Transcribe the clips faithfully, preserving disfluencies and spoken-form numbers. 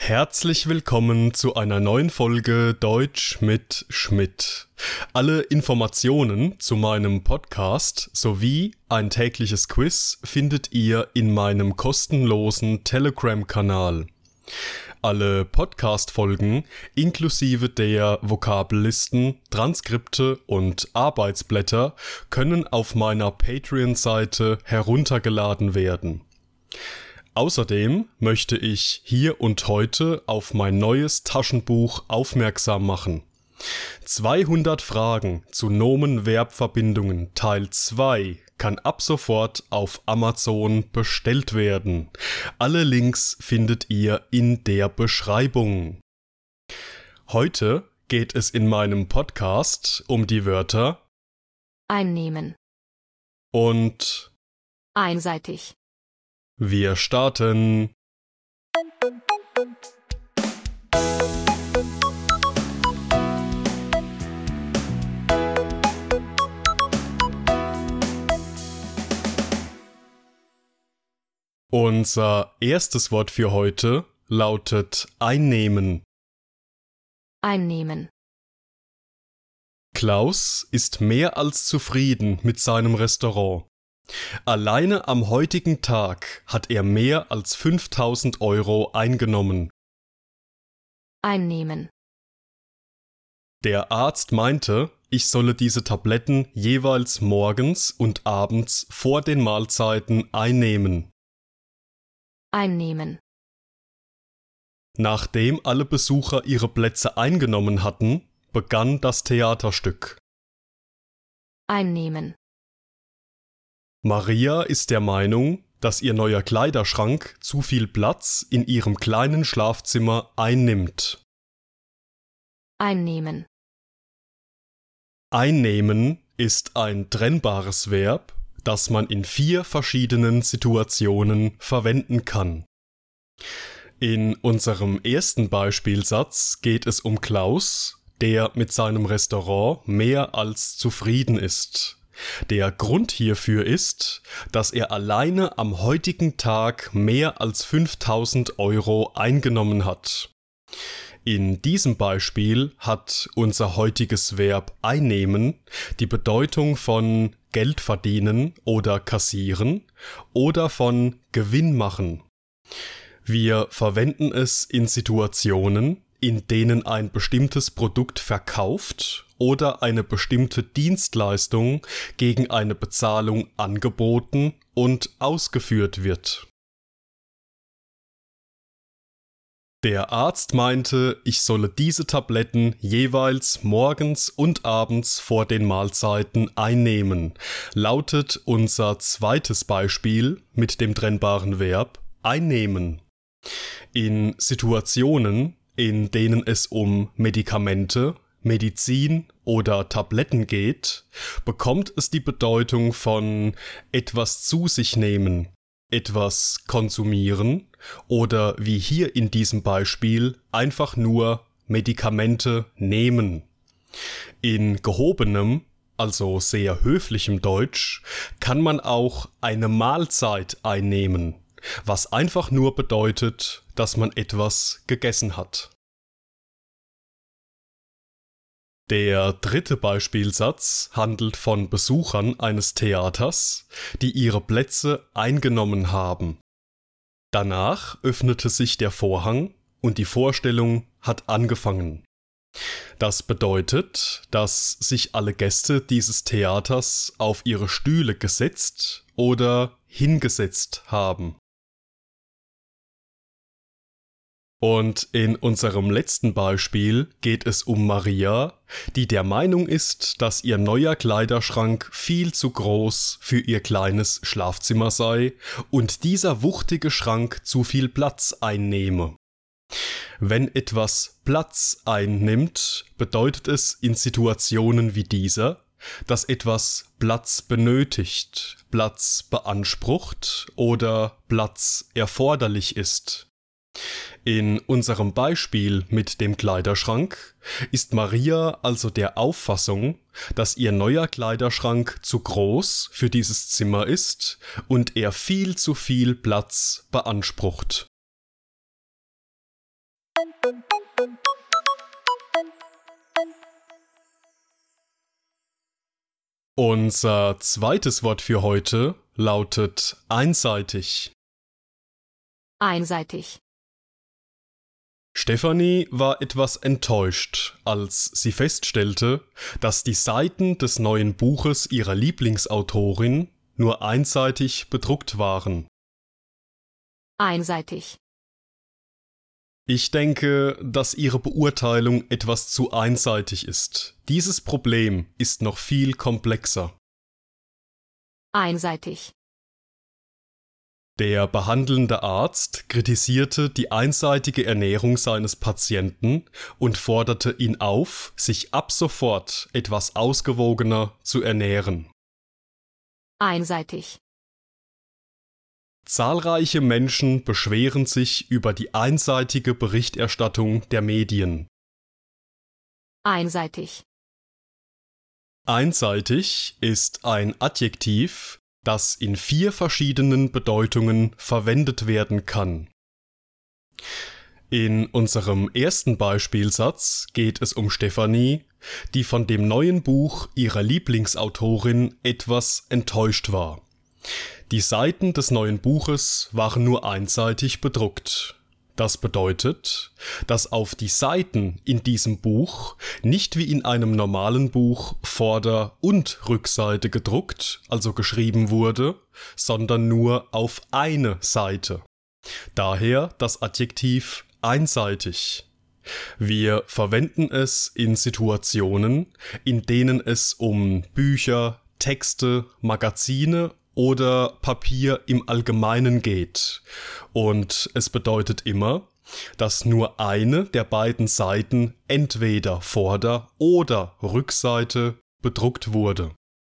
Herzlich willkommen zu einer neuen Folge Deutsch mit Schmidt. Alle Informationen zu meinem Podcast sowie ein tägliches Quiz findet ihr in meinem kostenlosen Telegram-Kanal. Alle Podcast-Folgen inklusive der Vokabellisten, Transkripte und Arbeitsblätter können auf meiner Patreon-Seite heruntergeladen werden. Außerdem möchte ich hier und heute auf mein neues Taschenbuch aufmerksam machen. zweihundert Fragen zu Nomen-Verb-Verbindungen Teil zwei kann ab sofort auf Amazon bestellt werden. Alle Links findet ihr in der Beschreibung. Heute geht es in meinem Podcast um die Wörter einnehmen und einseitig. Wir starten. Unser erstes Wort für heute lautet einnehmen. Einnehmen. Klaus ist mehr als zufrieden mit seinem Restaurant. Alleine am heutigen Tag hat er mehr als fünftausend Euro eingenommen. Einnehmen. Der Arzt meinte, ich solle diese Tabletten jeweils morgens und abends vor den Mahlzeiten einnehmen. Einnehmen. Nachdem alle Besucher ihre Plätze eingenommen hatten, begann das Theaterstück. Einnehmen. Maria ist der Meinung, dass ihr neuer Kleiderschrank zu viel Platz in ihrem kleinen Schlafzimmer einnimmt. Einnehmen. Einnehmen ist ein trennbares Verb, das man in vier verschiedenen Situationen verwenden kann. In unserem ersten Beispielsatz geht es um Klaus, der mit seinem Restaurant mehr als zufrieden ist. Der Grund hierfür ist, dass er alleine am heutigen Tag mehr als fünftausend Euro eingenommen hat. In diesem Beispiel hat unser heutiges Verb einnehmen die Bedeutung von Geld verdienen oder kassieren oder von Gewinn machen. Wir verwenden es in Situationen, in denen ein bestimmtes Produkt verkauft oder eine bestimmte Dienstleistung gegen eine Bezahlung angeboten und ausgeführt wird. Der Arzt meinte, ich solle diese Tabletten jeweils morgens und abends vor den Mahlzeiten einnehmen, lautet unser zweites Beispiel mit dem trennbaren Verb einnehmen. In Situationen, in denen es um Medikamente, Medizin oder Tabletten geht, bekommt es die Bedeutung von etwas zu sich nehmen, etwas konsumieren oder wie hier in diesem Beispiel einfach nur Medikamente nehmen. In gehobenem, also sehr höflichem Deutsch, kann man auch eine Mahlzeit einnehmen, was einfach nur bedeutet, dass man etwas gegessen hat. Der dritte Beispielsatz handelt von Besuchern eines Theaters, die ihre Plätze eingenommen haben. Danach öffnete sich der Vorhang und die Vorstellung hat angefangen. Das bedeutet, dass sich alle Gäste dieses Theaters auf ihre Stühle gesetzt oder hingesetzt haben. Und in unserem letzten Beispiel geht es um Maria, die der Meinung ist, dass ihr neuer Kleiderschrank viel zu groß für ihr kleines Schlafzimmer sei und dieser wuchtige Schrank zu viel Platz einnehme. Wenn etwas Platz einnimmt, bedeutet es in Situationen wie dieser, dass etwas Platz benötigt, Platz beansprucht oder Platz erforderlich ist. In unserem Beispiel mit dem Kleiderschrank ist Maria also der Auffassung, dass ihr neuer Kleiderschrank zu groß für dieses Zimmer ist und er viel zu viel Platz beansprucht. Unser zweites Wort für heute lautet einseitig. Einseitig. Stefanie war etwas enttäuscht, als sie feststellte, dass die Seiten des neuen Buches ihrer Lieblingsautorin nur einseitig bedruckt waren. Einseitig. Ich denke, dass Ihre Beurteilung etwas zu einseitig ist. Dieses Problem ist noch viel komplexer. Einseitig. Der behandelnde Arzt kritisierte die einseitige Ernährung seines Patienten und forderte ihn auf, sich ab sofort etwas ausgewogener zu ernähren. Einseitig. Zahlreiche Menschen beschweren sich über die einseitige Berichterstattung der Medien. Einseitig. Einseitig ist ein Adjektiv, das in vier verschiedenen Bedeutungen verwendet werden kann. In unserem ersten Beispielsatz geht es um Stefanie, die von dem neuen Buch ihrer Lieblingsautorin etwas enttäuscht war. Die Seiten des neuen Buches waren nur einseitig bedruckt. Das bedeutet, dass auf die Seiten in diesem Buch nicht wie in einem normalen Buch Vorder- und Rückseite gedruckt, also geschrieben wurde, sondern nur auf eine Seite. Daher das Adjektiv einseitig. Wir verwenden es in Situationen, in denen es um Bücher, Texte, Magazine oder Papier im Allgemeinen geht. Und es bedeutet immer, dass nur eine der beiden Seiten entweder Vorder- oder Rückseite bedruckt wurde.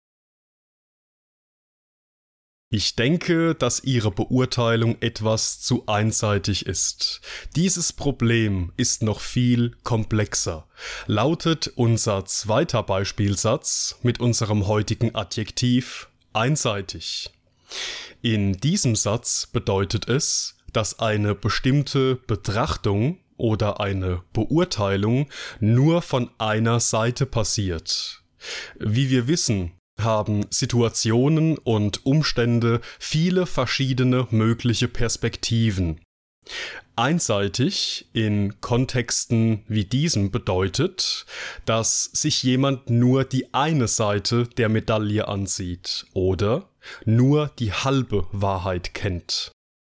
Ich denke, dass Ihre Beurteilung etwas zu einseitig ist. Dieses Problem ist noch viel komplexer, lautet unser zweiter Beispielsatz mit unserem heutigen Adjektiv einseitig. In diesem Satz bedeutet es, dass eine bestimmte Betrachtung oder eine Beurteilung nur von einer Seite passiert. Wie wir wissen, haben Situationen und Umstände viele verschiedene mögliche Perspektiven. Einseitig in Kontexten wie diesem bedeutet, dass sich jemand nur die eine Seite der Medaille ansieht oder nur die halbe Wahrheit kennt.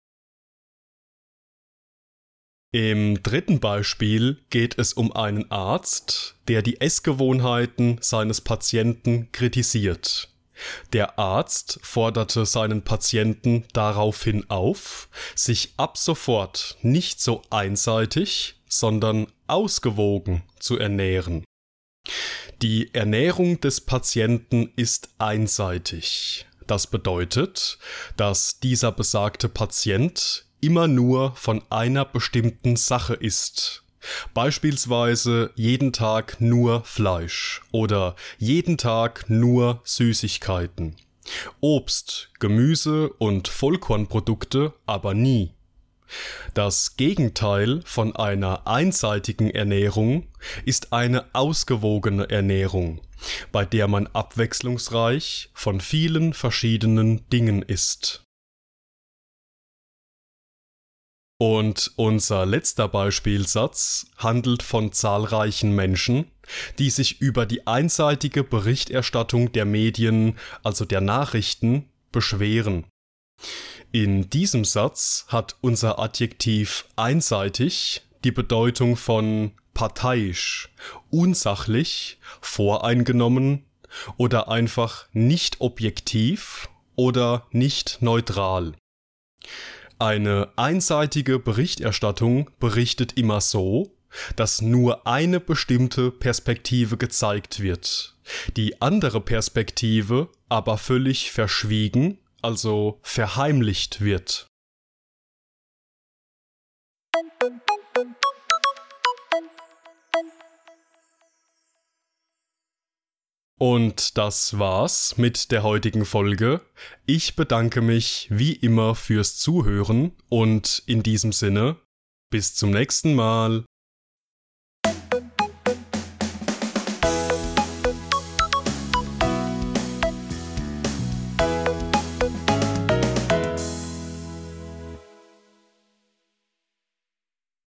Im dritten Beispiel geht es um einen Arzt, der die Essgewohnheiten seines Patienten kritisiert. Der Arzt forderte seinen Patienten daraufhin auf, sich ab sofort nicht so einseitig, sondern ausgewogen zu ernähren. Die Ernährung des Patienten ist einseitig. Das bedeutet, dass dieser besagte Patient immer nur von einer bestimmten Sache isst. Beispielsweise jeden Tag nur Fleisch oder jeden Tag nur Süßigkeiten. Obst, Gemüse und Vollkornprodukte aber nie. Das Gegenteil von einer einseitigen Ernährung ist eine ausgewogene Ernährung, bei der man abwechslungsreich von vielen verschiedenen Dingen isst. Und unser letzter Beispielsatz handelt von zahlreichen Menschen, die sich über die einseitige Berichterstattung der Medien, also der Nachrichten, beschweren. In diesem Satz hat unser Adjektiv einseitig die Bedeutung von parteiisch, unsachlich, voreingenommen oder einfach nicht objektiv oder nicht neutral. Eine einseitige Berichterstattung berichtet immer so, dass nur eine bestimmte Perspektive gezeigt wird, die andere Perspektive aber völlig verschwiegen, also verheimlicht wird. Und das war's mit der heutigen Folge. Ich bedanke mich wie immer fürs Zuhören und in diesem Sinne, Bis zum nächsten Mal.